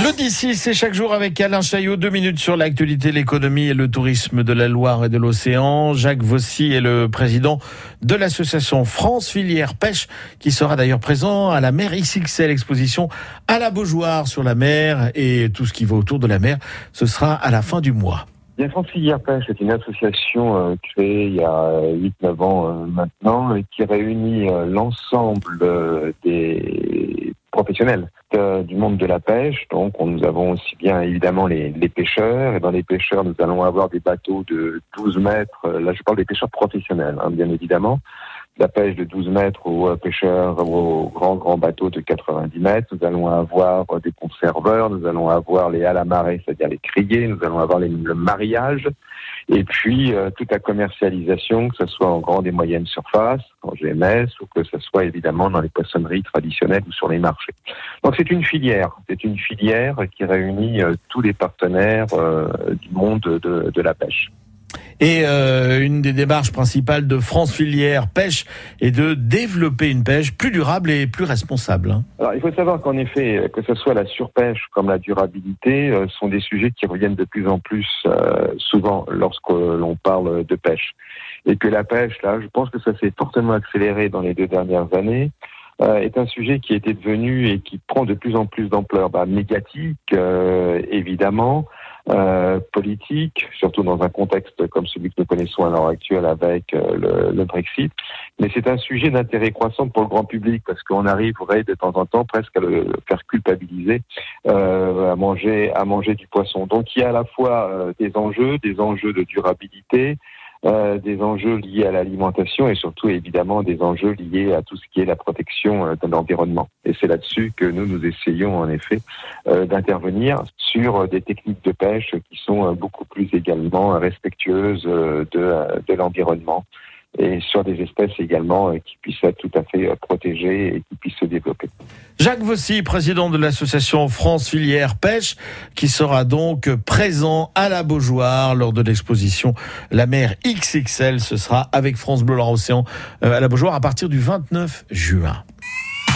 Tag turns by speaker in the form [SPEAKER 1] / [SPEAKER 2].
[SPEAKER 1] Le d'ici, c'est chaque jour avec Alain Chaillot. 2 minutes sur l'actualité, l'économie et le tourisme de la Loire et de l'océan. Jacques Vossy est le président de l'association France Filière Pêche, qui sera d'ailleurs présent à la mer XXL, exposition à la Beaujoire sur la mer et tout ce qui va autour de la mer. Ce sera à la fin du mois.
[SPEAKER 2] Bien, France Filière Pêche est une association créée il y a 8-9 ans maintenant et qui réunit l'ensemble des professionnels du monde de la pêche. Donc nous avons aussi bien évidemment les pêcheurs, et dans les pêcheurs nous allons avoir des bateaux de 12 mètres, là je parle des pêcheurs professionnels bien évidemment, la pêche de 12 mètres aux pêcheurs, aux grands bateaux de 90 mètres. Nous allons avoir des conserveurs, nous allons avoir les halles à marée, c'est-à-dire les criées, nous allons avoir le mariage, et puis toute la commercialisation, que ce soit en grande et moyenne surface, en GMS, ou que ce soit évidemment dans les poissonneries traditionnelles ou sur les marchés. Donc c'est une filière qui réunit tous les partenaires du monde de la pêche.
[SPEAKER 1] Et une des démarches principales de France Filière Pêche est de développer une pêche plus durable et plus responsable.
[SPEAKER 2] Alors, il faut savoir qu'en effet, que ce soit la surpêche comme la durabilité, sont des sujets qui reviennent de plus en plus souvent lorsque l'on parle de pêche. Et que la pêche, là, je pense que ça s'est fortement accéléré dans les 2 dernières années, est un sujet qui était devenu et qui prend de plus en plus d'ampleur, médiatique, évidemment, politique, surtout dans un contexte comme celui que nous connaissons à l'heure actuelle avec le Brexit. Mais c'est un sujet d'intérêt croissant pour le grand public parce qu'on arriverait de temps en temps presque à le faire culpabiliser à manger du poisson. Donc il y a à la fois des enjeux de durabilité, des enjeux liés à l'alimentation et surtout évidemment des enjeux liés à tout ce qui est la protection de l'environnement. Et c'est là-dessus que nous essayons en effet d'intervenir sur des techniques de pêche qui sont beaucoup plus également respectueuses de l'environnement et sur des espèces également qui puissent être tout à fait protégées et qui puissent se développer.
[SPEAKER 1] Jacques Vossy, président de l'association France Filière Pêche, qui sera donc présent à la Beaujoire lors de l'exposition La Mer XXL. Ce sera avec France Bleu Loire Océan à la Beaujoire à partir du 29 juin.